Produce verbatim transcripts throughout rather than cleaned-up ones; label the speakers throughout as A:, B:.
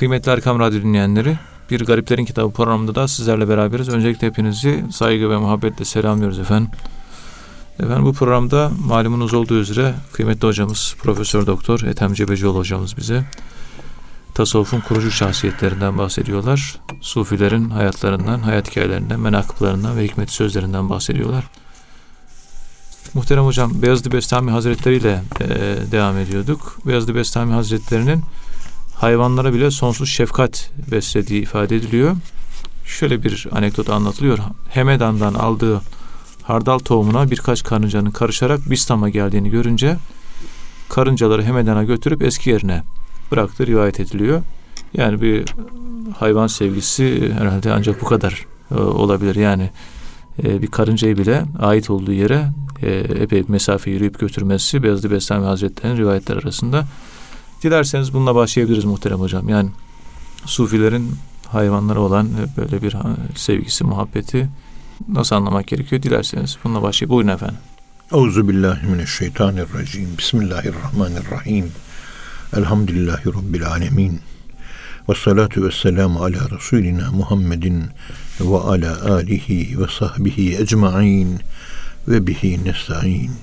A: Kıymetli Erkam Radyo dinleyenleri, Bir Gariplerin Kitabı programında da sizlerle beraberiz. Öncelikle hepinizi saygı ve muhabbetle selamlıyoruz efendim. Efendim bu programda malumunuz olduğu üzere kıymetli hocamız Profesör Doktor Ethem Cebecioğlu hocamız bize tasavvufun kurucu şahsiyetlerinden bahsediyorlar. Sufilerin hayatlarından, hayat hikayelerinden, menakıplarından ve hikmet sözlerinden bahsediyorlar. Muhterem hocam, Beyazıt Bestami Hazretleri ile e, devam ediyorduk. Beyazıt Bestami Hazretleri'nin hayvanlara bile sonsuz şefkat beslediği ifade ediliyor. Şöyle bir anekdot anlatılıyor. Hemedan'dan aldığı hardal tohumuna birkaç karıncanın karışarak Bistam'a geldiğini görünce karıncaları Hemedan'a götürüp eski yerine bıraktı, rivayet ediliyor. Yani bir hayvan sevgisi herhalde ancak bu kadar e, olabilir. Yani e, bir karıncayı bile ait olduğu yere e, epey bir mesafe yürüyüp götürmesi Beyazıt Bestami Hazretleri'nin rivayetler arasında. Dilerseniz bununla başlayabiliriz muhterem hocam. Yani sufilerin hayvanlara olan böyle bir sevgisi, muhabbeti nasıl anlamak gerekiyor? Dilerseniz bununla başlayalım. Buyurun efendim.
B: Euzubillahimineşşeytanirracim. Bismillahirrahmanirrahim. Elhamdülillahi Rabbil alemin. Ve salatu ve selamu ala Resulina Muhammedin ve ala alihi ve sahbihi ecma'in ve bihi nesta'in.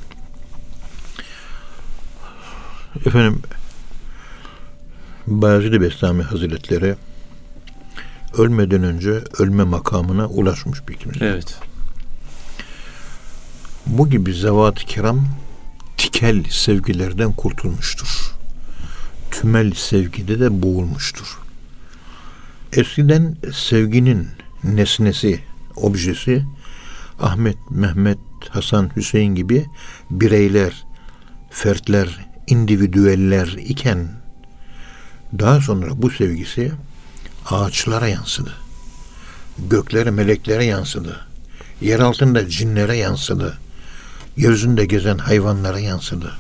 B: Efendim, Beyazıt Bestami Hazretleri ölmeden önce ölme makamına ulaşmış bir kimse.
A: Evet.
B: Bu gibi zevat-ı kiram tikel sevgilerden kurtulmuştur. Tümel sevgide de boğulmuştur. Eskiden sevginin nesnesi, objesi Ahmet, Mehmet, Hasan, Hüseyin gibi bireyler, fertler, individüeller iken daha sonra bu sevgisi ağaçlara yansıdı. Göklere, meleklere yansıdı. Yer altında cinlere yansıdı. Yeryüzünde gezen hayvanlara yansıdı.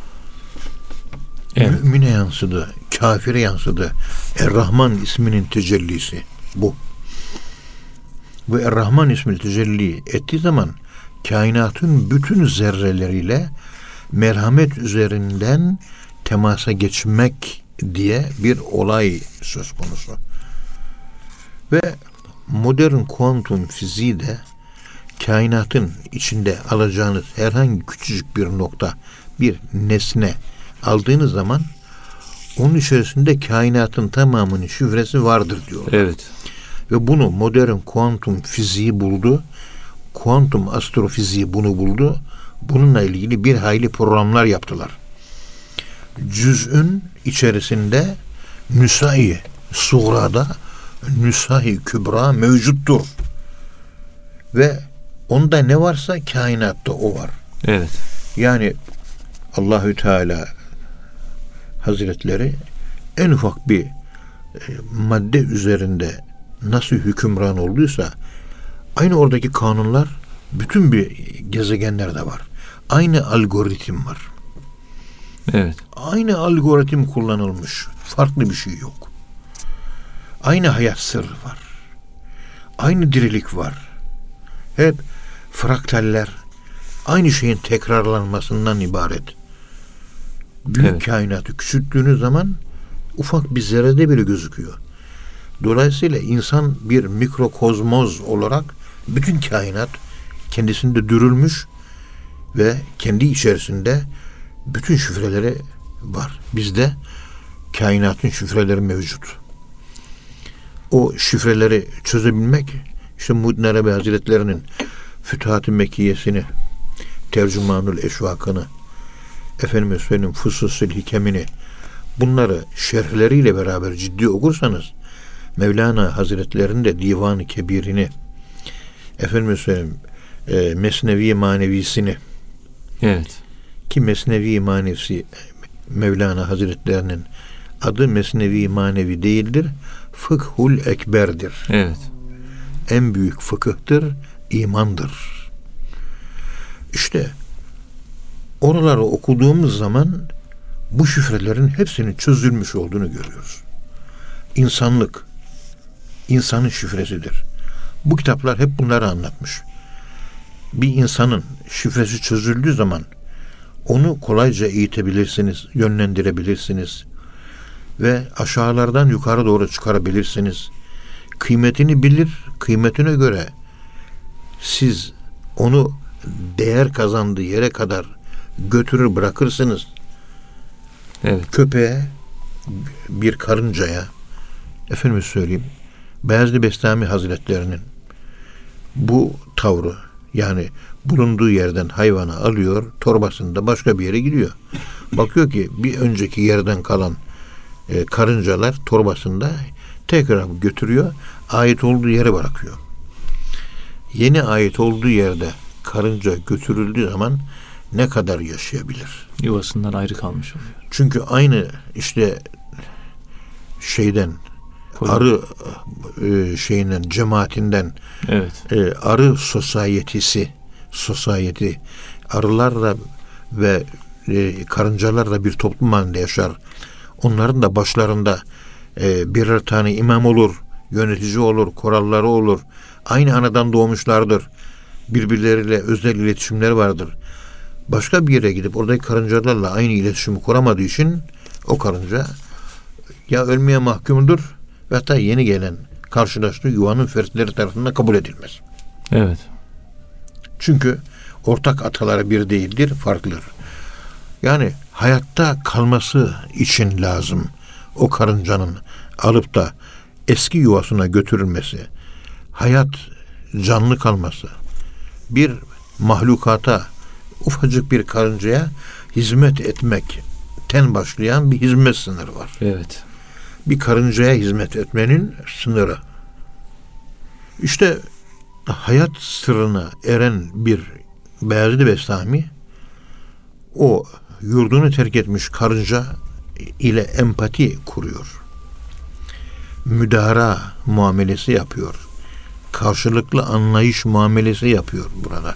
B: Evet. Mümine yansıdı. Kafire yansıdı. Er-Rahman isminin tecellisi bu. Ve Er-Rahman ismini tecelli ettiği zaman kainatın bütün zerreleriyle merhamet üzerinden temasa geçmek diye bir olay söz konusu. Ve modern kuantum fiziği de kainatın içinde alacağınız herhangi küçücük bir nokta, bir nesne aldığınız zaman onun içerisinde kainatın tamamının şifresi vardır diyorlar.
A: Evet.
B: Ve bunu modern kuantum fiziği buldu. Kuantum astrofiziği bunu buldu. Bununla ilgili bir hayli programlar yaptılar. Cüz'ün içerisinde nüsai suğrada nüsai kübra mevcuttur. Ve onda ne varsa kainatta o var.
A: Evet.
B: Yani Allahü Teala Hazretleri en ufak bir e, madde üzerinde nasıl hükümran olduysa aynı oradaki kanunlar bütün bir gezegenlerde var. Aynı algoritm var.
A: Evet.
B: Aynı algoritm kullanılmış. Farklı bir şey yok. Aynı hayat sırrı var. Aynı dirilik var. Hep fraktaller aynı şeyin tekrarlanmasından ibaret. Büyük evet. Kainatı küçülttüğünüz zaman ufak bir zerrede bile gözüküyor. Dolayısıyla insan bir mikrokozmoz olarak bütün kainat kendisinde dürülmüş ve kendi içerisinde bütün şifreleri var. Bizde kainatın şifreleri mevcut. O şifreleri çözebilmek, işte Muhyiddin Arabi Hazretleri'nin Fütuhat-ı Mekkiyesini, Tercümanul Eşvakını, efendime söyleyeyim Fususül Hikemini, bunları şerhleriyle beraber ciddi okursanız, Mevlana Hazretleri'nin de Divan-ı Kebir'ini, efendime söyleyeyim e, Mesnevi Manevisini,
A: evet.
B: Ki Mesnevi Manevisi Mevlana Hazretlerinin adı Mesnevi Manevi değildir. Fıkhul Ekber'dir.
A: Evet.
B: En büyük fıkıhtır, imandır. İşte oraları okuduğumuz zaman bu şifrelerin hepsinin çözülmüş olduğunu görüyoruz. İnsanlık, insanın şifresidir. Bu kitaplar hep bunları anlatmış. Bir insanın şifresi çözüldüğü zaman onu kolayca eğitebilirsiniz, yönlendirebilirsiniz ve aşağılardan yukarı doğru çıkarabilirsiniz. Kıymetini bilir, kıymetine göre siz onu değer kazandığı yere kadar götürür bırakırsınız.
A: Evet.
B: Köpeğe, bir karıncaya, efendim söyleyeyim, Beyazlı Bestami Hazretlerinin bu tavrı, yani bulunduğu yerden hayvanı alıyor, torbasında başka bir yere gidiyor. Bakıyor ki bir önceki yerden kalan e, karıncalar torbasında, tekrar götürüyor, ait olduğu yere bırakıyor. Yeni ait olduğu yerde karınca götürüldüğü zaman ne kadar yaşayabilir?
A: Yuvasından ayrı kalmış oluyor.
B: Çünkü aynı işte şeyden,
A: Koyun.
B: arı e, şeyinden, cemaatinden,
A: Evet.
B: e, arı sosyetesi, sosyeti, arılarla ve e, karıncalarla bir toplum halinde yaşar. Onların da başlarında e, birer tane imam olur, yönetici olur, kuralları olur. Aynı anadan doğmuşlardır. Birbirleriyle özel iletişimleri vardır. Başka bir yere gidip oradaki karıncalarla aynı iletişimi kuramadığı için o karınca ya ölmeye mahkumdur ve hatta yeni gelen karşılaştığı yuvanın fertleri tarafından kabul edilmez.
A: Evet.
B: Çünkü ortak ataları bir değildir, farklıdır. Yani hayatta kalması için lazım o karıncanın alıp da eski yuvasına götürülmesi, hayat canlı kalması, bir mahlukata, ufacık bir karıncaya hizmet etmekten başlayan bir hizmet sınırı var.
A: Evet.
B: Bir karıncaya hizmet etmenin sınırı. İşte hayat sırrına eren bir Beyazlı Bestami o yurdunu terk etmiş karınca ile empati kuruyor. Müdara muamelesi yapıyor. Karşılıklı anlayış muamelesi yapıyor burada.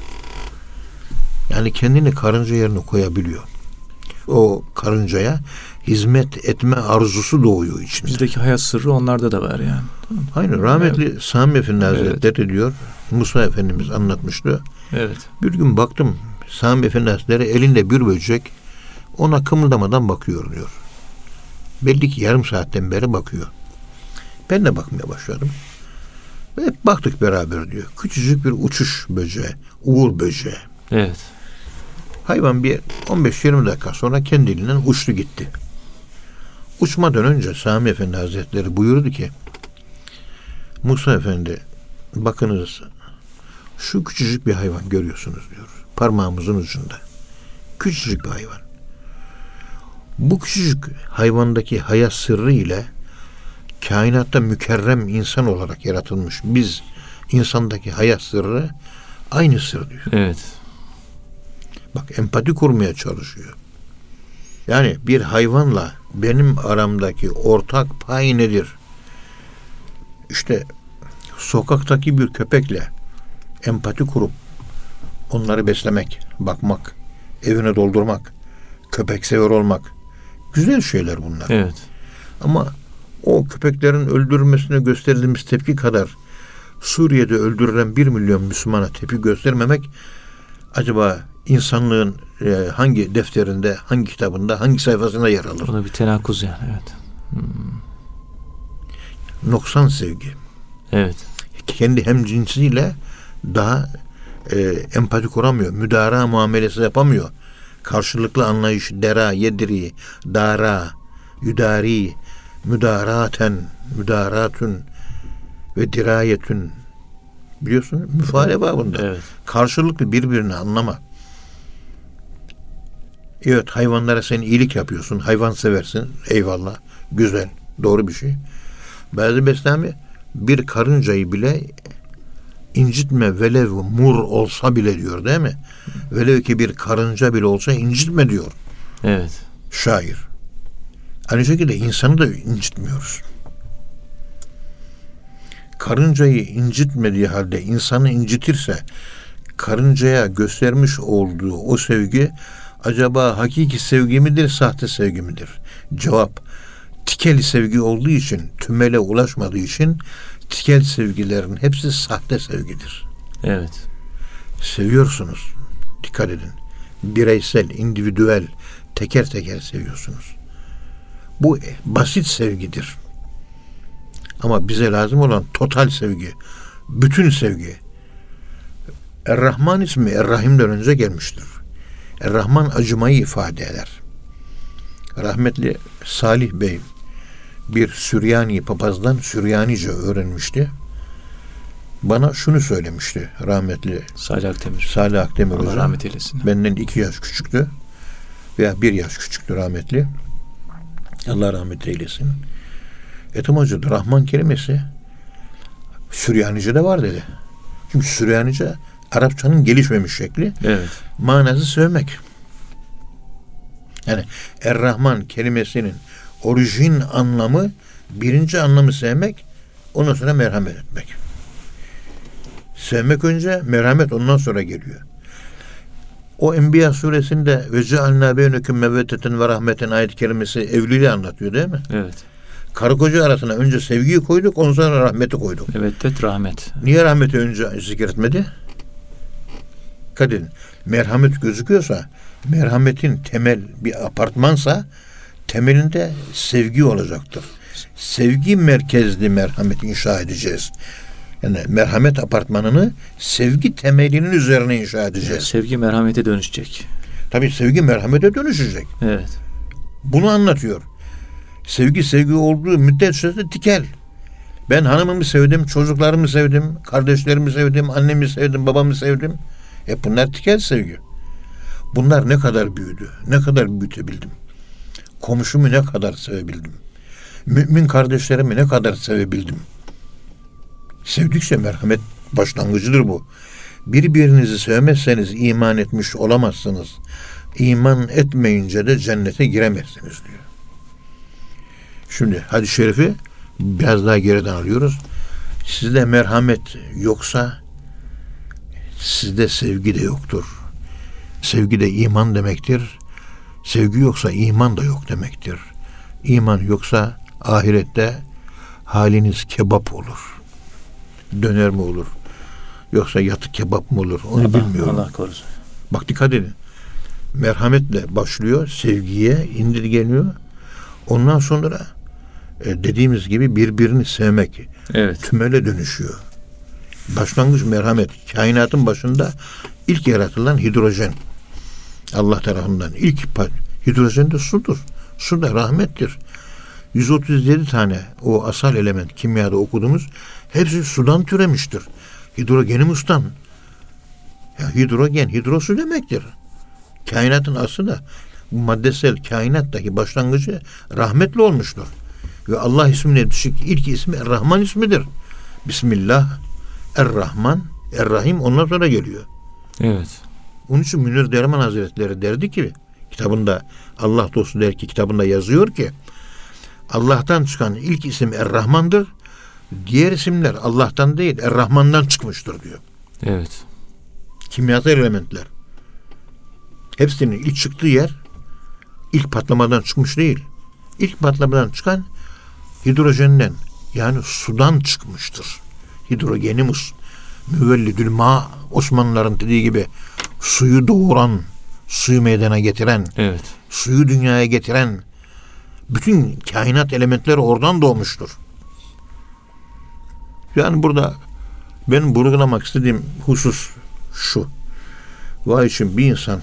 B: Yani kendini karınca yerine koyabiliyor. O karıncaya hizmet etme arzusu doğuyor içinde.
A: Bizdeki hayat sırrı onlarda da var yani.
B: Aynen. Rahmetli evet. Sami Efendi Hazretleri
A: evet.
B: diyor. Musa Efendimiz anlatmıştı.
A: Evet.
B: Bir gün baktım Sami Efendi Hazretleri elinde bir böcek, ona kımıldamadan bakıyor diyor. Belli ki yarım saatten beri bakıyor. Ben de bakmaya başladım. Hep baktık beraber diyor. Küçücük bir uçuş böceği, uğur böceği.
A: Evet.
B: Hayvan bir on beş yirmi dakika sonra kendiliğinden uçtu gitti. Uçmadan önce Sami Efendi Hazretleri buyurdu ki, Musa Efendi, bakınız şu küçücük bir hayvan görüyorsunuz diyor. Parmağımızın ucunda. Küçücük bir hayvan. Bu küçücük hayvandaki hayat sırrı ile kainatta mükerrem insan olarak yaratılmış biz insandaki hayat sırrı aynı sır diyor.
A: Evet.
B: Bak, empati kurmaya çalışıyor. Yani bir hayvanla benim aramdaki ortak pay nedir? İşte sokaktaki bir köpekle empati kurup onları beslemek, bakmak, evine doldurmak, köpek sever olmak, güzel şeyler bunlar.
A: Evet.
B: Ama o köpeklerin öldürülmesine gösterdiğimiz tepki kadar Suriye'de öldürülen bir milyon Müslümana tepki göstermemek, acaba insanlığın e, hangi defterinde, hangi kitabında, hangi sayfasında yer alır?
A: O da bir tenakkuz yani. Evet. Hmm.
B: Noksan sevgi.
A: Evet.
B: Kendi hemcinsiyle daha e, empati kuramıyor. Müdara muamelesi yapamıyor. Karşılıklı anlayış, dera, yediri, dara, yüdari, müdaraten, müdaratun ve dirayetün. Biliyorsun, müfale babında.
A: Evet.
B: Karşılıklı birbirini anlama. Evet, hayvanlara sen iyilik yapıyorsun. Hayvan seversin. Eyvallah. Güzel. Doğru bir şey. Beyazlı Bestami bir karıncayı bile incitme velev mur olsa bile diyor, değil mi? Velev ki bir karınca bile olsa incitme diyor.
A: Evet.
B: Şair. Aynı şekilde insanı da incitmiyoruz. Karıncayı incitmediği halde insanı incitirse karıncaya göstermiş olduğu o sevgi acaba hakiki sevgi midir, sahte sevgi midir? Cevap, tikel sevgi olduğu için, tümele ulaşmadığı için tikel sevgilerin hepsi sahte sevgidir.
A: Evet.
B: Seviyorsunuz. Dikkat edin. Bireysel, individüel, teker teker seviyorsunuz. Bu basit sevgidir. Ama bize lazım olan total sevgi, bütün sevgi. Er-Rahman ismi Er-Rahim'den önce gelmiştir. Er-Rahman acımayı ifade eder. Rahmetli Salih Bey bir Süryani papazdan Süryanice öğrenmişti. Bana şunu söylemişti rahmetli
A: Salih Akdemir.
B: Salih Akdemir
A: Allah
B: hocam.
A: rahmet eylesin.
B: Benden iki yaş küçüktü. Veya bir yaş küçüktü rahmetli. Allah rahmet eylesin. Ethem Hoca da Rahman kelimesi Süryanice'de var dedi. Çünkü Süryanice Arapçanın gelişmemiş şekli.
A: Evet.
B: Manası sevmek. Yani Er-Rahman kelimesinin orijin anlamı, birinci anlamı sevmek, ondan sonra merhamet etmek. Sevmek önce, merhamet ondan sonra geliyor. O Enbiya suresinde ve cealnâ beyneküm mevveddeten ve rahmeten ayet kelimesi evliliği anlatıyor değil mi?
A: Evet.
B: Karı koca arasına önce sevgiyi koyduk, ondan sonra rahmeti koyduk.
A: Meveddet, rahmet.
B: Niye rahmeti önce zikretmedi? Dikkat edin. Merhamet gözüküyorsa, merhametin temel bir apartmansa temelinde sevgi olacaktır. Sevgi merkezli merhamet inşa edeceğiz. Yani merhamet apartmanını sevgi temelinin üzerine inşa edeceğiz.
A: Sevgi merhamete dönüşecek.
B: Tabii sevgi merhamete dönüşecek.
A: Evet.
B: Bunu anlatıyor. Sevgi sevgi olduğu müddetçe de tikel. Ben hanımımı sevdim, çocuklarımı sevdim, kardeşlerimi sevdim, annemi sevdim, babamı sevdim. E bunlar tikel sevgi. Bunlar ne kadar büyüdü, ne kadar büyütebildim. Komşumu ne kadar sevebildim. Mümin kardeşlerimi ne kadar sevebildim. Sevdikçe merhamet başlangıcıdır bu. Birbirinizi sevmezseniz iman etmiş olamazsınız. İman etmeyince de cennete giremezsiniz diyor. Şimdi hadis-i şerifi biraz daha geriden alıyoruz. Sizde merhamet yoksa sizde sevgi de yoktur. Sevgi de iman demektir. Sevgi yoksa iman da yok demektir. İman yoksa ahirette haliniz kebap olur. Döner mi olur? Yoksa yatık kebap mı olur? Onu
A: Allah,
B: bilmiyorum.
A: Allah korusun.
B: Bak dikkat edin. Merhametle başlıyor, sevgiye indirgeniyor. Ondan sonra e, dediğimiz gibi birbirini sevmek
A: Evet.
B: tümele dönüşüyor. Başlangıç merhamet. Kainatın başında ilk yaratılan hidrojen. Allah tarafından ilk hidrojen de sudur. Su da rahmettir. yüz otuz yedi tane o asal element kimyada okuduğumuz hepsi sudan türemiştir. Hidrogenimus'tan. Ya hidrogen, hidrosu demektir. Kainatın aslı da bu maddesel kainattaki başlangıcı rahmetle olmuştur. Ve Allah ismine düşük ilk ismi Er-Rahman ismidir. Bismillah, Er-Rahman, Er-Rahim ondan sonra geliyor.
A: Evet.
B: Onun için Münir Derman Hazretleri derdi ki kitabında, Allah dostu der ki kitabında yazıyor ki Allah'tan çıkan ilk isim Er-Rahman'dır. Diğer isimler Allah'tan değil Er-Rahman'dan çıkmıştır diyor.
A: Evet.
B: Kimyasal elementler. Hepsinin ilk çıktığı yer ilk patlamadan çıkmış değil. İlk patlamadan çıkan hidrojenden yani sudan çıkmıştır. Hidrogenimus müvellidül ma Osmanlıların dediği gibi suyu doğuran, suyu meydana getiren,
A: Evet.
B: suyu dünyaya getiren bütün kainat elementleri oradan doğmuştur. Yani burada benim vurgulamak istediğim husus şu. Vay için bir insan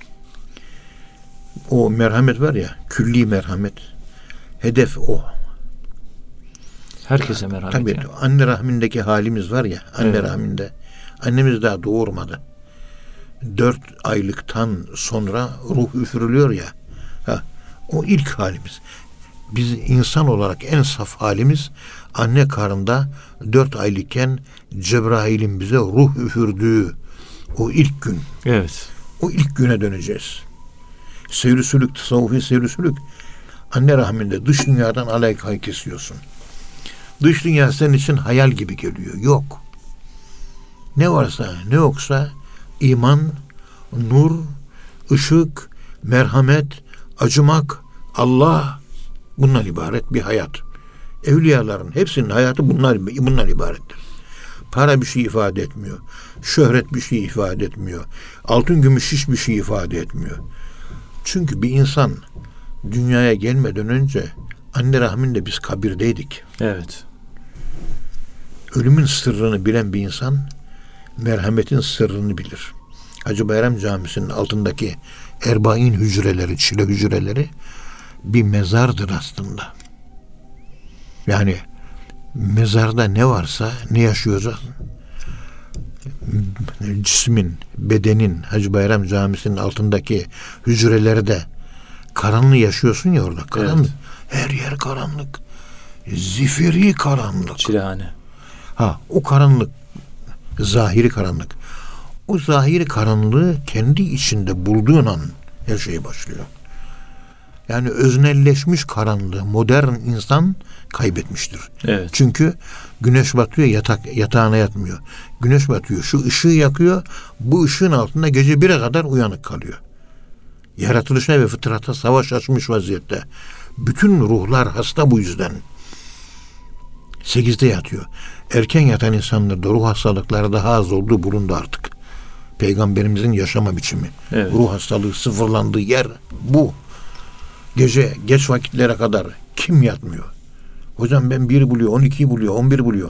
B: o merhamet var ya, külli merhamet. Hedef o.
A: Herkese merhamet.
B: Tabii
A: yani.
B: anne rahmindeki halimiz var ya, anne
A: Evet.
B: rahminde. Annemiz daha doğurmadı. Dört aylıktan sonra ruh üfürülüyor ya. Ha, o ilk halimiz. Biz insan olarak en saf halimiz anne karnında dört aylıkken Cebrail'in bize ruh üfürdüğü o ilk gün.
A: Evet.
B: O ilk güne döneceğiz. Seyr-i sülük, tasavvufi seyr-i sülük. Anne rahminde dış dünyadan alakayı kesiyorsun. Dış dünya senin için hayal gibi geliyor. Yok. Ne varsa ne yoksa iman, nur, ışık, merhamet, acımak, Allah bundan ibaret bir hayat. Evliyaların hepsinin hayatı bunlar, bunlar ibarettir. Para bir şey ifade etmiyor. Şöhret bir şey ifade etmiyor. Altın gümüş hiçbir şey ifade etmiyor. Çünkü bir insan dünyaya gelmeden önce anne rahminde biz kabirdeydik.
A: Evet.
B: Ölümün sırrını bilen bir insan merhametin sırrını bilir. Hacı Bayram Camisi'nin altındaki erbain hücreleri, çile hücreleri bir mezardır aslında. Yani mezarda ne varsa, ne yaşıyorsa cismin, bedenin, Hacı Bayram Camisi'nin altındaki hücrelerde karanlığı yaşıyorsun ya orada. Karanlık. Evet. Her yer karanlık. Zifiri karanlık.
A: Çilehane.
B: Ha, o karanlık zahiri karanlık. O zahiri karanlığı kendi içinde bulduğun an her şey başlıyor. Yani öznelleşmiş karanlığı modern insan kaybetmiştir.
A: Evet.
B: Çünkü güneş batıyor, yatak yatağına yatmıyor. Güneş batıyor, şu ışığı yakıyor. Bu ışığın altında gece bire kadar uyanık kalıyor. Yaratılışa ve fıtrata savaş açmış vaziyette. Bütün ruhlar hasta bu yüzden. Sekizde yatıyor. Erken yatan insanlarda ruh hastalıkları daha az olduğu bulundu artık. Peygamberimizin yaşama biçimi.
A: Evet.
B: Ruh hastalığı sıfırlandığı yer bu. Gece geç vakitlere kadar kim yatmıyor? Hocam ben biri buluyor, on ikiyi buluyor, on bir buluyor.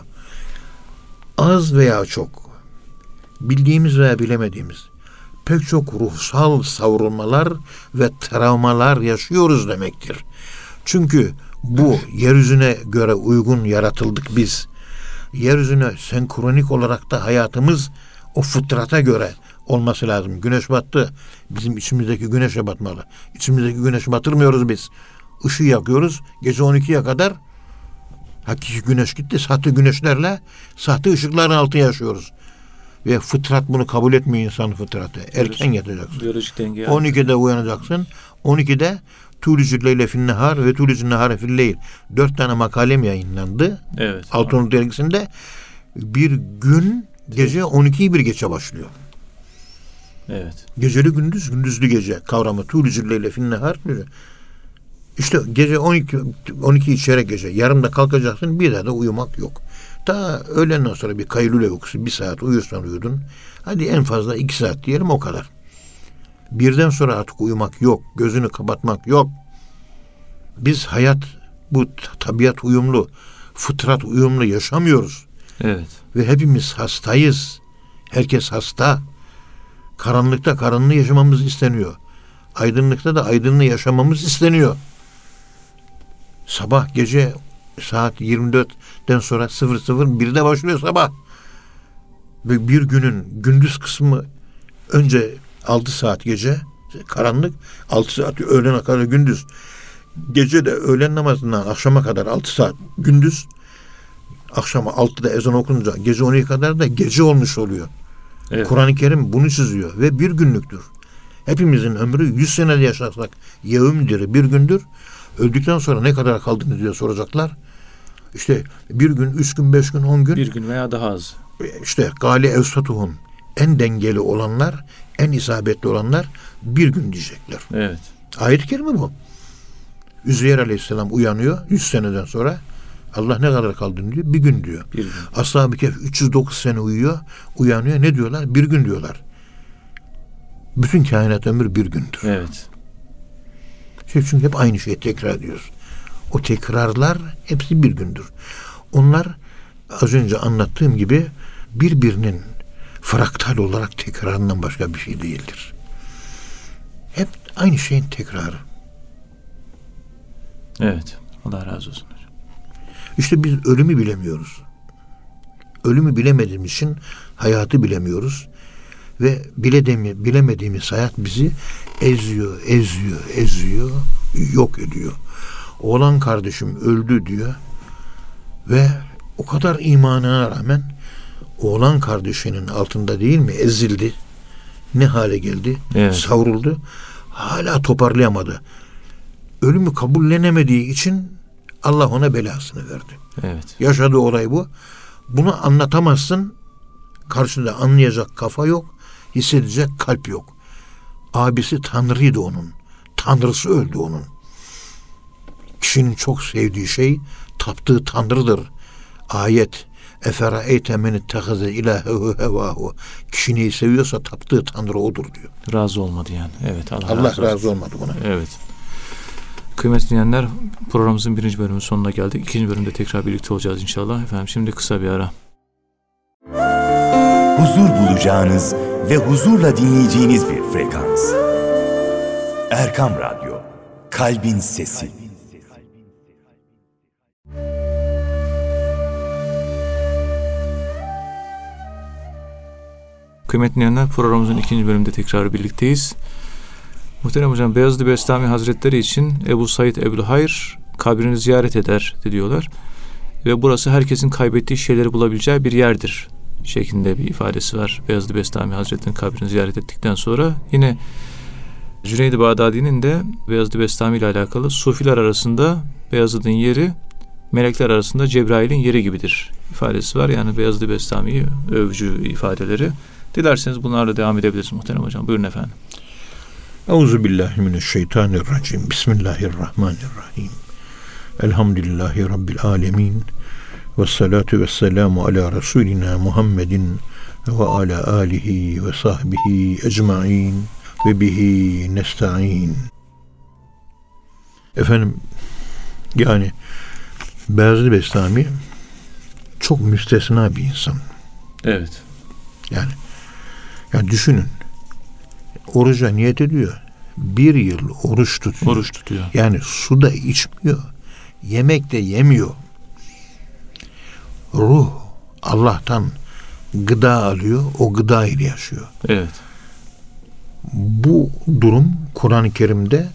B: Az veya çok, bildiğimiz veya bilemediğimiz pek çok ruhsal savrulmalar ve travmalar yaşıyoruz demektir. Çünkü bu yeryüzüne göre uygun yaratıldık biz. Yeryüzüne senkronik olarak da hayatımız o fıtrata göre olması lazım. Güneş battı. Bizim içimizdeki güneşe batmalı. İçimizdeki güneşi batırmıyoruz biz. Işığı yakıyoruz. Gece on ikiye kadar hakiki güneş gitti. Sahte güneşlerle sahte ışıkların altında yaşıyoruz. Ve fıtrat bunu kabul etmiyor, insan fıtratı. Erken yatacaksın.
A: Biyolojik denge.
B: on ikide uyanacaksın. on ikide Tûlücü leyle fin nehar ve tûlücü nehare fil leyl. Dört tane makalem yayınlandı.
A: Evet.
B: Altınoluk dergisinde bir gün gece on ikiyi bir geçe başlıyor.
A: Evet.
B: Geceli gündüz, gündüzlü gece kavramı. Tûlücü leyle fin nehar. İşte gece on iki on iki içerek gece. Yarımda kalkacaksın, bir daha da uyumak yok. Ta öğlenden sonra bir kaylule uykusu, bir saat uyursan uyudun. Hadi en fazla iki saat diyelim, o kadar. Birden sonra artık uyumak yok. Gözünü kapatmak yok. Biz hayat, bu tabiat uyumlu, fıtrat uyumlu yaşamıyoruz.
A: Evet.
B: Ve hepimiz hastayız. Herkes hasta. Karanlıkta karanlığı yaşamamız isteniyor. Aydınlıkta da aydınlığı yaşamamız isteniyor. Sabah gece saat yirmi dörtten sonra sıfır sıfır birde başlıyor sabah. Ve bir günün gündüz kısmı önce altı saat gece karanlık, altı saat öğlene kadar gündüz. Gece de öğlen namazından akşama kadar altı saat gündüz. Akşama altıda ezan okununca gece on ikiye kadar da gece olmuş oluyor.
A: Evet.
B: Kur'an-ı Kerim bunu çiziyor ve bir günlüktür. Hepimizin ömrü yüz senede yaşarsak yevmdir, bir gündür. Öldükten sonra ne kadar kaldınız diye soracaklar. İşte bir gün, üç gün, beş gün, on gün.
A: Bir gün veya daha az.
B: İşte gali evsatuhum, en dengeli olanlar, en isabetli olanlar bir gün diyecekler.
A: Evet.
B: Ayet-i kerime bu. Üzeyr Aleyhisselam uyanıyor yüz seneden sonra. Allah ne kadar kaldın diyor. Bir gün diyor.
A: Bir gün.
B: Ashab-ı Kehf üç yüz dokuz sene uyuyor. Uyanıyor. Ne diyorlar? Bir gün diyorlar. Bütün kainat ömrü bir gündür.
A: Evet.
B: Çünkü hep aynı şeyi tekrar ediyoruz. O tekrarlar hepsi bir gündür. Onlar az önce anlattığım gibi birbirinin fraktal olarak tekrarından başka bir şey değildir. Hep aynı şeyin tekrarı.
A: Evet. Allah razı olsun.
B: İşte biz ölümü bilemiyoruz. Ölümü bilemediğimiz için hayatı bilemiyoruz. Ve biledemi, bilemediğimiz hayat bizi eziyor, eziyor, eziyor, yok ediyor. Oğlan kardeşim öldü diyor ve o kadar imanına rağmen oğlan kardeşinin altında değil mi ezildi. Ne hale geldi?
A: Evet.
B: Savruldu. Hala toparlayamadı. Ölümü kabullenemediği için Allah ona belasını verdi.
A: Evet.
B: Yaşadığı olay bu. Bunu anlatamazsın. Karşında anlayacak kafa yok. Hissedecek kalp yok. Abisi Tanrı'ydı onun. Tanrısı öldü onun. Kişinin çok sevdiği şey taptığı Tanrı'dır. Ayet. Eferaeyte men ittehaze ilahehu hevahu. Kişi neyi seviyorsa taptığı Tanrı odur diyor.
A: Razı olmadı yani. Evet. Allah,
B: Allah
A: razı,
B: razı
A: olsun.
B: olmadı buna.
A: Evet. Kıymetli dinleyenler, programımızın birinci bölümünün sonuna geldik. İkinci bölümde tekrar birlikte olacağız inşallah. Efendim şimdi kısa bir ara.
C: Huzur bulacağınız ve huzurla dinleyeceğiniz bir frekans. Erkam Radyo, Kalbin Sesi.
A: Kıymetli dinleyenler, programımızın ikinci bölümünde tekrar birlikteyiz. Muhterem hocam, Beyazıt Bestami Hazretleri için Ebu Said Ebu'l-Hayr kabrini ziyaret eder diyorlar. Ve burası herkesin kaybettiği şeyleri bulabileceği bir yerdir şeklinde bir ifadesi var. Beyazıt Bestami Hazretleri'nin kabrini ziyaret ettikten sonra yine Cüneyd-i Bağdadi'nin de Beyazıt Bestami ile alakalı Sufiler arasında Beyazıt'ın yeri melekler arasında Cebrail'in yeri gibidir ifadesi var. Yani Beyazıt Bestami'yi övücü ifadeleri. Dilerseniz bunlarla devam edebiliriz muhterem hocam. Buyurun efendim.
B: Euzubillahimineşşeytanirracim. Bismillahirrahmanirrahim. Elhamdülillahi Rabbil alemin. Ve salatu ve selamu ala Resulina Muhammedin ve ala alihi ve sahbihi ecma'in ve bihi nesta'in. Efendim, yani Beyazıt Bestami çok müstesna bir insan.
A: Evet.
B: Yani, yani düşünün. Oruca niyet ediyor. Bir yıl oruç tutuyor.
A: Oruç tutuyor.
B: Yani su da içmiyor. Yemek de yemiyor. Ruh Allah'tan gıda alıyor. O gıda ile yaşıyor.
A: Evet.
B: Bu durum Kur'an-ı Kerim'de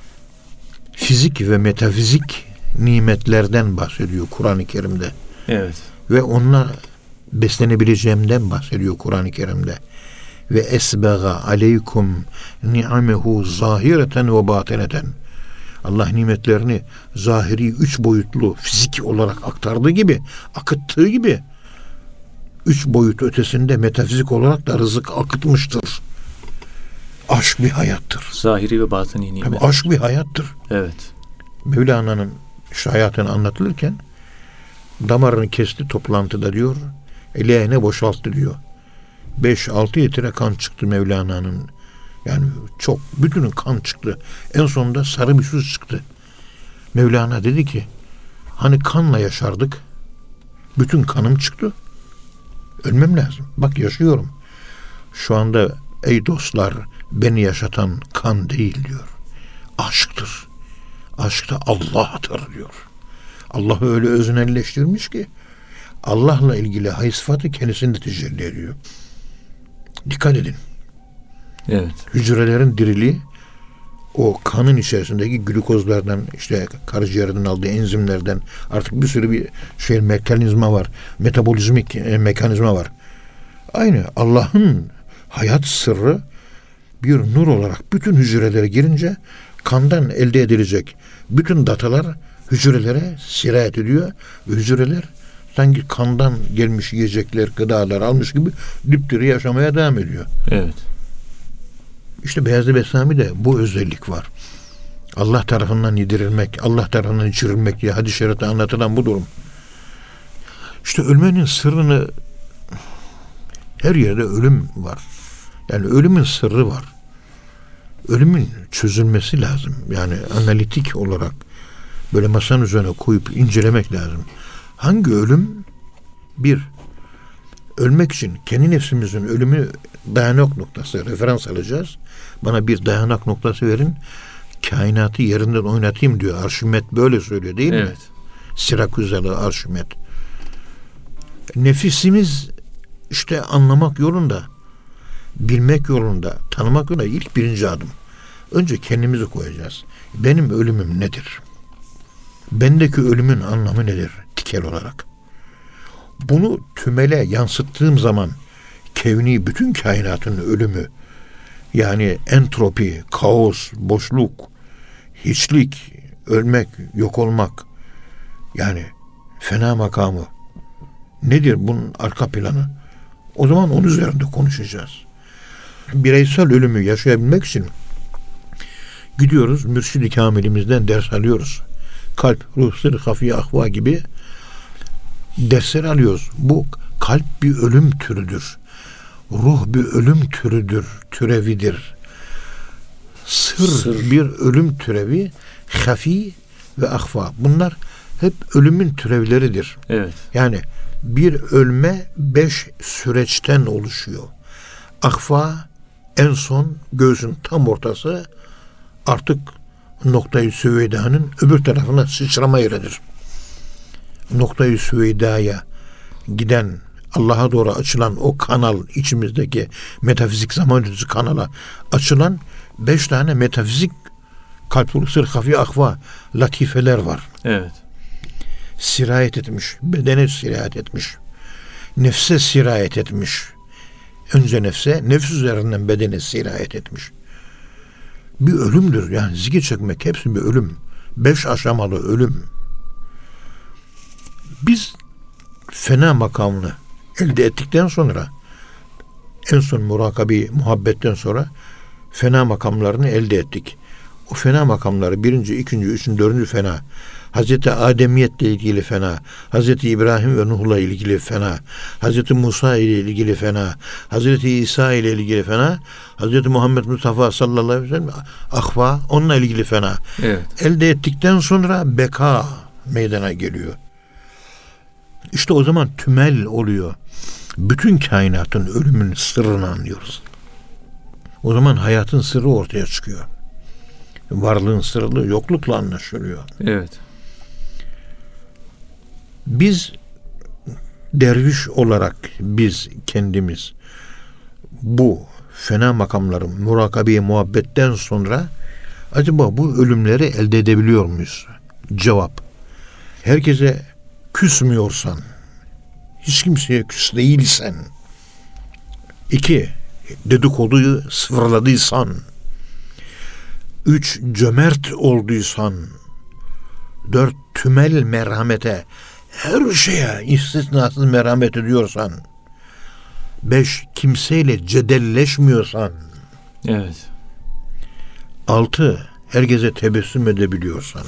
B: fizik ve metafizik nimetlerden bahsediyor Kur'an-ı Kerim'de.
A: Evet.
B: Ve onlar beslenebileceğimden bahsediyor Kur'an-ı Kerim'de. Ve esbega aleykum ni'amehu zahireten ve batineten. Allah nimetlerini zahiri üç boyutlu fizik olarak aktardığı gibi, akıttığı gibi üç boyut ötesinde metafizik olarak da rızık akıtmıştır. Aşk bir hayattır.
A: Zahiri ve batini nimet.
B: Tabii aşk bir hayattır.
A: Evet.
B: Mevlana'nın işte hayatını anlatılırken damarını kesti toplantıda diyor. Leğene boşalttı diyor. Beş altı litre kan çıktı Mevlana'nın. Yani çok, bütünün kan çıktı. En sonunda sarı bir su çıktı. Mevlana dedi ki, hani kanla yaşardık, bütün kanım çıktı. Ölmem lazım. Bak yaşıyorum. Şu anda ey dostlar, beni yaşatan kan değil diyor. Aşktır. Aşk da Allah'tır diyor. Allah'ı öyle öznelleştirmiş ki Allah'la ilgili hay sıfatı kendisinde tecelli ediyor. Dikkat edin.
A: Evet.
B: Hücrelerin diriliği o kanın içerisindeki glukozlardan, işte karaciğerden aldığı enzimlerden, artık bir sürü bir şey mekanizma var. Metabolizmik e, mekanizma var. Aynı Allah'ın hayat sırrı bir nur olarak bütün hücrelere girince kandan elde edilecek bütün datalar hücrelere sirayet ediyor ve hücreler sanki kandan gelmiş yiyecekler, gıdalar almış gibi dipdiri yaşamaya devam ediyor.
A: Evet.
B: İşte Beyazıt Bestami'de bu özellik var. Allah tarafından yedirilmek, Allah tarafından içirilmek diye hadis-i şerifte anlatılan bu durum. İşte ölmenin sırrını, her yerde ölüm var. Yani ölümün sırrı var. Ölümün çözülmesi lazım. Yani analitik olarak böyle masanın üzerine koyup incelemek lazım. Hangi ölüm? Bir, ölmek için kendi nefsimizin ölümü dayanak noktası, referans alacağız. Bana bir dayanak noktası verin, kainatı yerinden oynatayım diyor. Arşimet böyle söylüyor değil
A: evet.
B: mi? Sirakuzalı Arşimet. Nefisimiz işte anlamak yolunda, bilmek yolunda, tanımak yolunda ilk birinci adım. Önce kendimizi koyacağız. Benim ölümüm nedir? Bendeki ölümün anlamı nedir? Tikel olarak. Bunu tümele yansıttığım zaman kevni bütün kainatın ölümü, yani entropi, kaos, boşluk, hiçlik, ölmek, yok olmak, yani fena makamı nedir bunun arka planı? O zaman onun üzerinde konuşacağız. Bireysel ölümü yaşayabilmek için gidiyoruz, Mürşid-i Kamil'imizden ders alıyoruz. Kalp, ruh, sır, hafiye, ahva gibi dersler alıyoruz. Bu kalp bir ölüm türüdür. Ruh bir ölüm türüdür, türevidir. Sır, Sır. bir ölüm türevi, hafi ve ahfa. Bunlar hep ölümün türevleridir.
A: Evet.
B: Yani bir ölme beş süreçten oluşuyor. Ahfa en son göğsün tam ortası, artık noktayı süveydanın öbür tarafına sıçrama yeridir. Noktayı süveydaya giden, Allah'a doğru açılan o kanal, içimizdeki metafizik zaman ötesi kanala açılan beş tane metafizik kalp, sır, hafi, ahva latifeler var.
A: Evet.
B: Sirayet etmiş, bedene sirayet etmiş, nefse sirayet etmiş. Önce nefse, nefs üzerinden bedene sirayet etmiş. Bir ölümdür yani, zikir çekmek hepsi bir ölüm. Beş aşamalı ölüm. Biz fena makamını elde ettikten sonra, en son murakabi muhabbetten sonra fena makamlarını elde ettik. O fena makamları birinci, ikinci, üçüncü, dördüncü fena, Hazreti Ademiyet'le ilgili fena, Hazreti İbrahim ve Nuh'la ilgili fena, Hazreti Musa ile ilgili fena, Hazreti İsa ile ilgili fena, Hazreti Muhammed Mustafa sallallahu aleyhi ve sellem ahva, onunla ilgili fena.
A: Evet.
B: Elde ettikten sonra beka meydana geliyor. İşte o zaman tümel oluyor. Bütün kainatın ölümünün sırrını anlıyoruz. O zaman hayatın sırrı ortaya çıkıyor. Varlığın sırrı yoklukla anlaşılıyor.
A: Evet.
B: Biz derviş olarak biz kendimiz bu fena makamların murakabe-i muhabbetten sonra acaba bu ölümleri elde edebiliyor muyuz? Cevap: herkese küsmüyorsan, hiç kimseye küs değilsen, iki, dedikoduyu sıfırladıysan, üç, cömert olduysan, dört, tümel merhamete, her şeye istisnasız merhamet ediyorsan, beş, kimseyle cedelleşmiyorsan,
A: Evet.
B: altı, herkese tebessüm edebiliyorsan,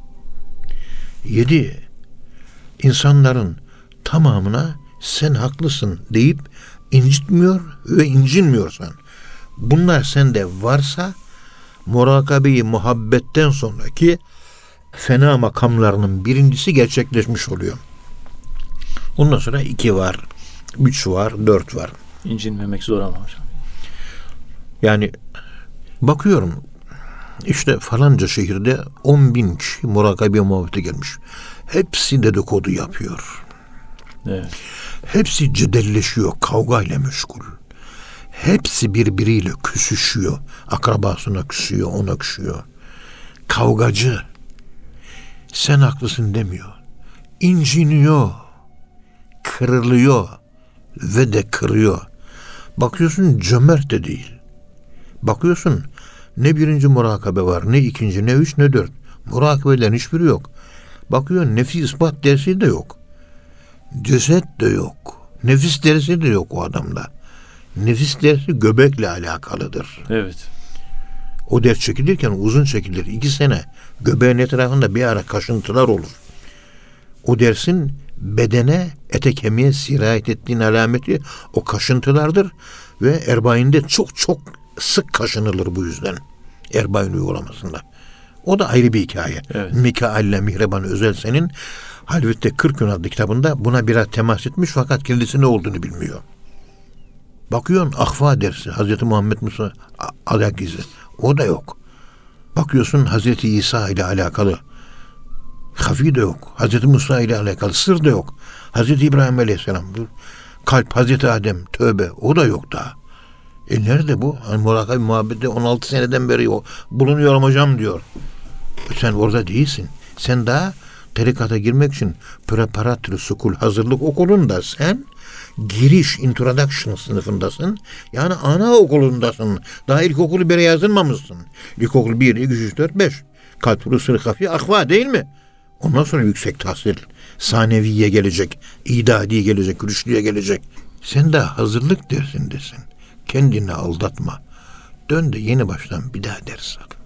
B: yedi, insanların tamamına sen haklısın deyip incitmiyor ve incinmiyorsan, bunlar sende varsa murakabe-i muhabbetten sonraki fena makamlarının birincisi gerçekleşmiş oluyor. Ondan sonra iki var, üç var, dört var.
A: İncinmemek zor ama hocam.
B: Yani bakıyorum, işte falanca şehirde on bin kişi murakabe-i muhabbete gelmiş. Hepsi dedikodu yapıyor.
A: Evet.
B: Hepsi cedelleşiyor, kavgayla meşgul. Hepsi birbiriyle küsüşüyor. Akrabasına küsüyor, ona küsüyor. Kavgacı. Sen haklısın demiyor. İnciniyor. Kırılıyor. Ve de kırıyor. Bakıyorsun cömert de değil. Bakıyorsun ne birinci murakabe var, ne ikinci, ne üç, ne dört. Murakabeden hiçbiri yok. Bakıyor nefis ispat dersi de yok. Ceset de yok. Nefis dersi de yok o adamda. Nefis dersi göbekle alakalıdır.
A: Evet.
B: O ders çekilirken uzun çekilir. İki sene göbeğin etrafında bir ara kaşıntılar olur. O dersin bedene, ete kemiğe sirayet ettiğin alameti o kaşıntılardır ve Erbain'de çok çok sık kaşınılır bu yüzden. Erbain uygulamasında. O da ayrı bir hikaye.
A: Evet.
B: Mikail'le Mihreban Özelsen'in Halvette kırk gün adlı kitabında buna biraz temas etmiş fakat kendisi ne olduğunu bilmiyor. Bakıyorsun ahva dersi, Hazreti Muhammed Musa adak izi. O da yok. Bakıyorsun Hazreti İsa ile alakalı hafi de yok. Hazreti Musa ile alakalı sır da yok. Hazreti İbrahim Aleyhisselam, kalp, Hazreti Adem, tövbe, o da yok daha. E nerede bu? Hani murakabe muhabbette on altı seneden beri o bulunuyorum hocam diyor. E sen orada değilsin. Sen daha tarikata girmek için preparatory school, hazırlık okulunda sen giriş, introduction sınıfındasın. Yani anaokulundasın. Daha ilkokulu bire yazılmamışsın. İlkokul bir, iki, üç, dört, beş. Kalp, ruh, sır, hafi, akva değil mi? Ondan sonra yüksek tahsil, saneviye gelecek, idadiye gelecek, rüştüye gelecek. Sen de hazırlık dersindesin. Kendini aldatma. Dön de yeni baştan bir daha ders al.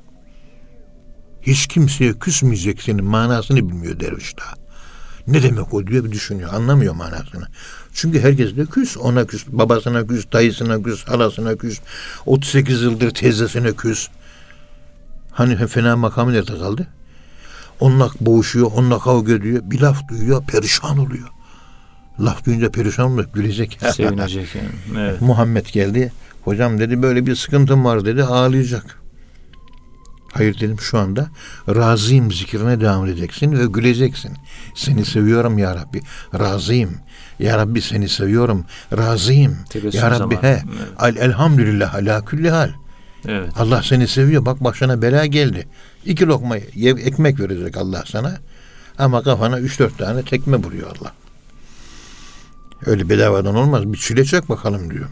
B: Hiç kimseye küsmeyeceksin manasını bilmiyor derviş daha. Ne demek o diyor bir düşünüyor. Anlamıyor manasını. Çünkü herkes de küs. Ona küs. Babasına küs. Dayısına küs. Halasına küs. otuz sekiz yıldır teyzesine küs. Hani fena makamı nerede kaldı? Onunla boğuşuyor, onunla kavga ediyor. Bir laf duyuyor, perişan oluyor. Laf duyunca perişan oluyor, gülecek.
A: Sevinecek yani. Evet.
B: Muhammed geldi. Hocam dedi böyle bir sıkıntım var dedi, ağlayacak. Hayır dedim, şu anda razıyım zikrine devam edeceksin ve güleceksin. Seni seviyorum ya Rabbi. Razıyım. Ya Rabbi seni seviyorum. Razıyım.
A: Tebessüm
B: ya Rabbi
A: zamanı.
B: he.
A: Evet.
B: Elhamdülillah ala külli hal.
A: Evet.
B: Allah seni seviyor. Bak başına bela geldi. İki lokma ye, ekmek verecek Allah sana. Ama kafana üç dört tane tekme vuruyor Allah. Öyle bedavadan olmaz. Bir çile çek bakalım diyor.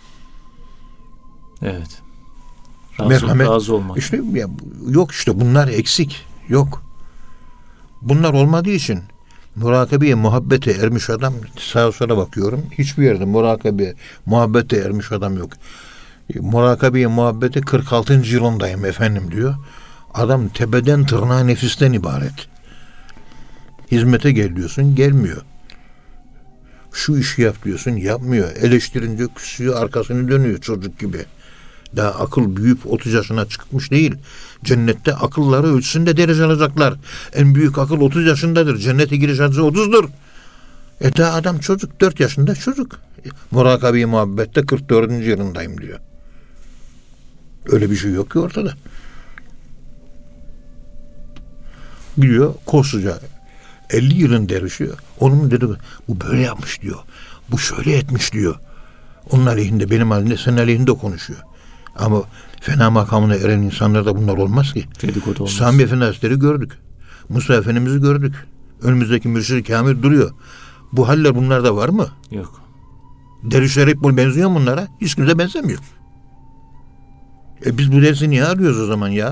A: Evet. Razı,
B: Merhamet.
A: razı olmak.
B: İşte ya, yok işte bunlar eksik. Yok. Bunlar olmadığı için murakabeye, muhabbete ermiş adam, sağa sola bakıyorum. Hiçbir yerde murakabeye, muhabbete ermiş adam yok. Murakabeye, muhabbete kırk altıncı yılındayım efendim diyor. Adam tepeden tırnağa nefisten ibaret. Hizmete gel diyorsun, gelmiyor. Şu işi yap diyorsun, yapmıyor. Eleştirince küsüyor, arkasını dönüyor çocuk gibi. Daha akıl büyüyüp otuz yaşına çıkmış değil. Cennette akılları ölçüsünde derece alacaklar. En büyük akıl otuz yaşındadır. Cennete giriş hacı otuzdur. E daha adam çocuk, dört yaşında çocuk. Murakabe-i muhabbette kırk dördüncü yılındayım diyor. Öyle bir şey yok ki ortada. Gidiyor koskoca elli yılın dervişi. Onun dedi bu böyle yapmış diyor. Bu şöyle etmiş diyor. Onun aleyhinde, benim aleyhinde, senin aleyhinde konuşuyor. Ama fena makamına eren insanlarda bunlar olmaz ki.
A: Dedikodu olmaz.
B: Sami Efendi Hazretleri gördük. Musa Efendimiz'i gördük. Önümüzdeki Mürşid-i Kamil duruyor. Bu haller bunlarda var mı?
A: Yok.
B: Dervişler hep bunu benziyor mu bunlara? Hiç kimse benzemiyor. E biz bu dersi niye arıyoruz o zaman ya?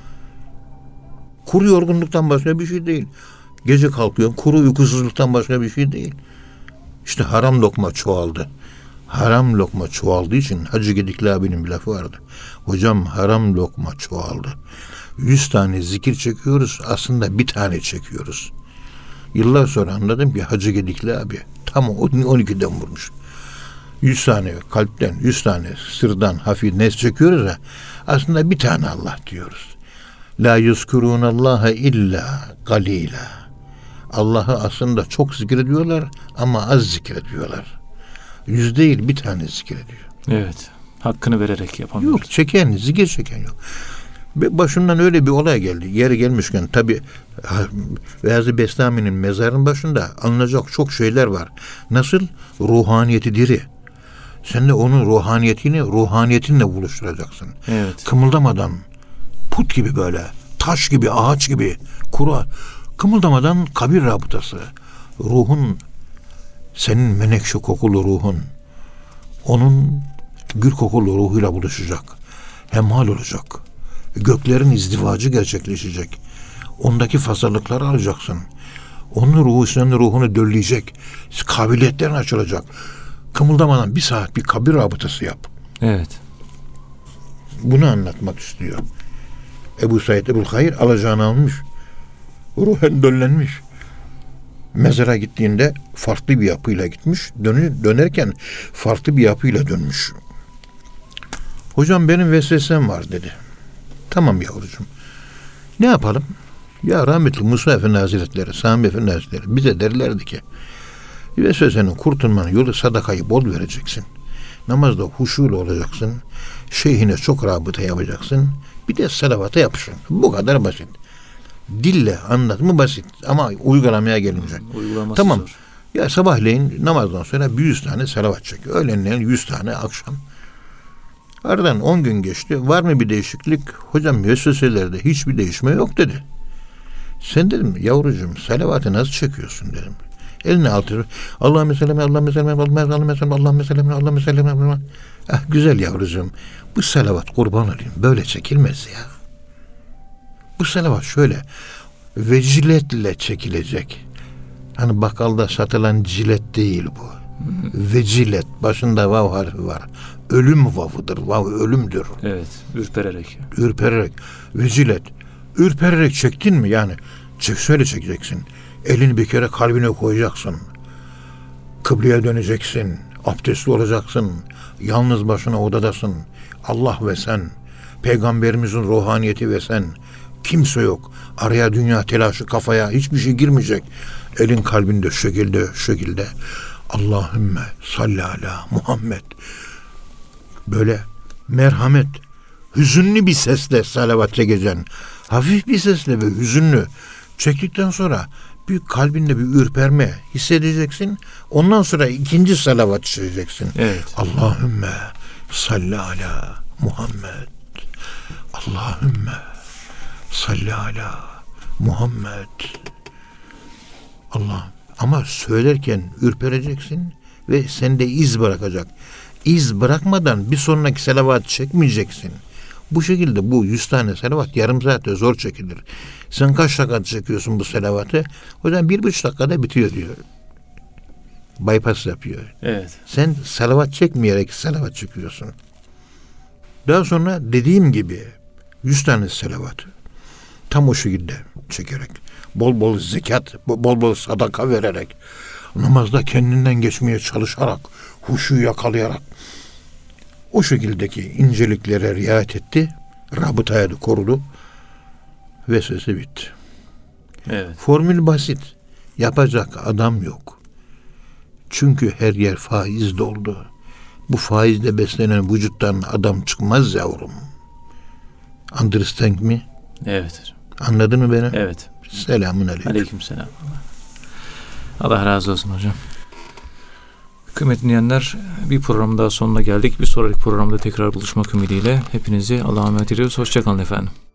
B: Kuru yorgunluktan başka bir şey değil. Gece kalkıyorsun, kuru uykusuzluktan başka bir şey değil. İşte haram lokma çoğaldı. Haram lokma çoğaldığı için Hacı Gedikli abinin bir lafı vardı. Hocam haram lokma çoğaldı. Yüz tane zikir çekiyoruz, aslında bir tane çekiyoruz. Yıllar sonra anladım ki Hacı Gedikli abi tam on ikiden vurmuş. Yüz tane kalpten, yüz tane sırdan hafif nes çekiyoruz ya, aslında bir tane Allah diyoruz. La yuzkurunallaha illa galila. Allah'ı aslında çok zikrediyorlar ama az zikrediyorlar. Yüz değil, bir tane zikrediyor.
A: Evet. Hakkını vererek yapamıyoruz.
B: Yok, çeken, zikir çeken yok. Başımdan öyle bir olay geldi. Yeri gelmişken tabi Veyazi Bestami'nin mezarının başında alınacak çok şeyler var. Nasıl? Ruhaniyeti diri. Sen de onun ruhaniyetini ruhaniyetinle buluşturacaksın.
A: Evet.
B: Kımıldamadan, put gibi böyle, taş gibi, ağaç gibi, kuru, kımıldamadan kabir rabıtası. Ruhun, senin menekşe kokulu ruhun, onun gül kokulu ruhuyla buluşacak. Hemhal olacak. Göklerin izdivacı gerçekleşecek. Ondaki fasalıkları alacaksın. Onun ruhu senin ruhunu dölleyecek. Kabiliyetlerin açılacak. Kımıldamadan bir saat bir kabir rabıtası yap.
A: Evet.
B: Bunu anlatmak istiyor. Ebu Said Ebu'l-Hayr alacağını almış. Ruhen döllenmiş. Mezara gittiğinde farklı bir yapıyla gitmiş. Dönü, dönerken farklı bir yapıyla dönmüş. Hocam benim vesvesem var dedi. Tamam yavrucuğum. Ne yapalım? Ya rahmetli Musa Efendi Hazretleri, Sami Efendi Hazretleri bize derlerdi ki vesvesenin kurtulmanın yolu sadakayı bol vereceksin. Namazda huşuyla olacaksın. Şeyhine çok rabıta yapacaksın. Bir de salavata yapışın. Bu kadar basit. Dille anlatımı basit ama uygulamaya gelince.
A: Uygulaması
B: tamam.
A: zor.
B: Ya sabahleyin namazdan sonra bir yüz tane salavat çek. Öğlenleyin yüz tane akşam. Aradan on gün geçti. Var mı bir değişiklik? Hocam vesveselerde hiçbir değişme yok dedi. Sen dedim yavrucuğum salavatı nasıl çekiyorsun dedim. Eline altı. Allahümme sellem, Allahümme sellem, Allahümme sellem, Allahümme sellem, Allahümme sellem. Ah güzel yavrucuğum. Bu salavat kurban olayım. Böyle çekilmez ya. Bu salavat şöyle veciletle çekilecek. Hani bakkalda satılan cilet değil bu. Vecilet. Başında vav harfi var. Ölüm vavıdır. Vav ölümdür.
A: Evet. Ürpererek.
B: Ürpererek. Vecilet. Ürpererek çektin mi yani? Çek, şöyle çekeceksin. Elini bir kere kalbine koyacaksın. Kıbleye döneceksin. Abdestli olacaksın. Yalnız başına odadasın. Allah ve sen. Peygamberimizin ruhaniyeti ve sen. Kimse yok. Araya dünya telaşı, kafaya hiçbir şey girmeyecek. Elin kalbinde şu şekilde, şu şekilde. Allahümme salli ala Muhammed. Böyle merhamet, hüzünlü bir sesle salavat çekeceksin. Hafif bir sesle ve hüzünlü çektikten sonra bir kalbinde bir ürperme hissedeceksin. Ondan sonra ikinci salavat çekeceksin.
A: Evet.
B: Allahümme salli ala Muhammed. Allahümme salli ala Muhammed. Allah. Ama söylerken ürpereceksin ve sende iz bırakacak. İz bırakmadan bir sonraki salavat çekmeyeceksin. Bu şekilde bu yüz tane salavat yarım saatte zor çekilir. Sen kaç dakika çekiyorsun bu salavatı? O yüzden bir buçuk dakikada bitiyor diyor. Bypass yapıyor.
A: Evet.
B: Sen salavat çekmeyerek salavat çekiyorsun. Daha sonra dediğim gibi yüz tane salavat tam o şekilde çekerek, bol bol zekat, bol bol sadaka vererek, namazda kendinden geçmeye çalışarak, huşu yakalayarak o şekildeki inceliklere riayet etti. Rabıtaya da korudu. Ve sesi bitti.
A: Evet.
B: Formül basit. Yapacak adam yok. Çünkü her yer faiz doldu. Bu faizle beslenen vücuttan adam çıkmaz yavrum. Understand mi?
A: Evet.
B: Anladın mı beni?
A: Evet.
B: Selamun aleyküm.
A: Aleykümselam. Allah razı olsun hocam. Kıymetli dinleyenler, bir programın daha sonuna geldik. Bir sonraki programda tekrar buluşmak ümidiyle hepinizi Allah'a emanet ediyoruz. Hoşça kalın efendim.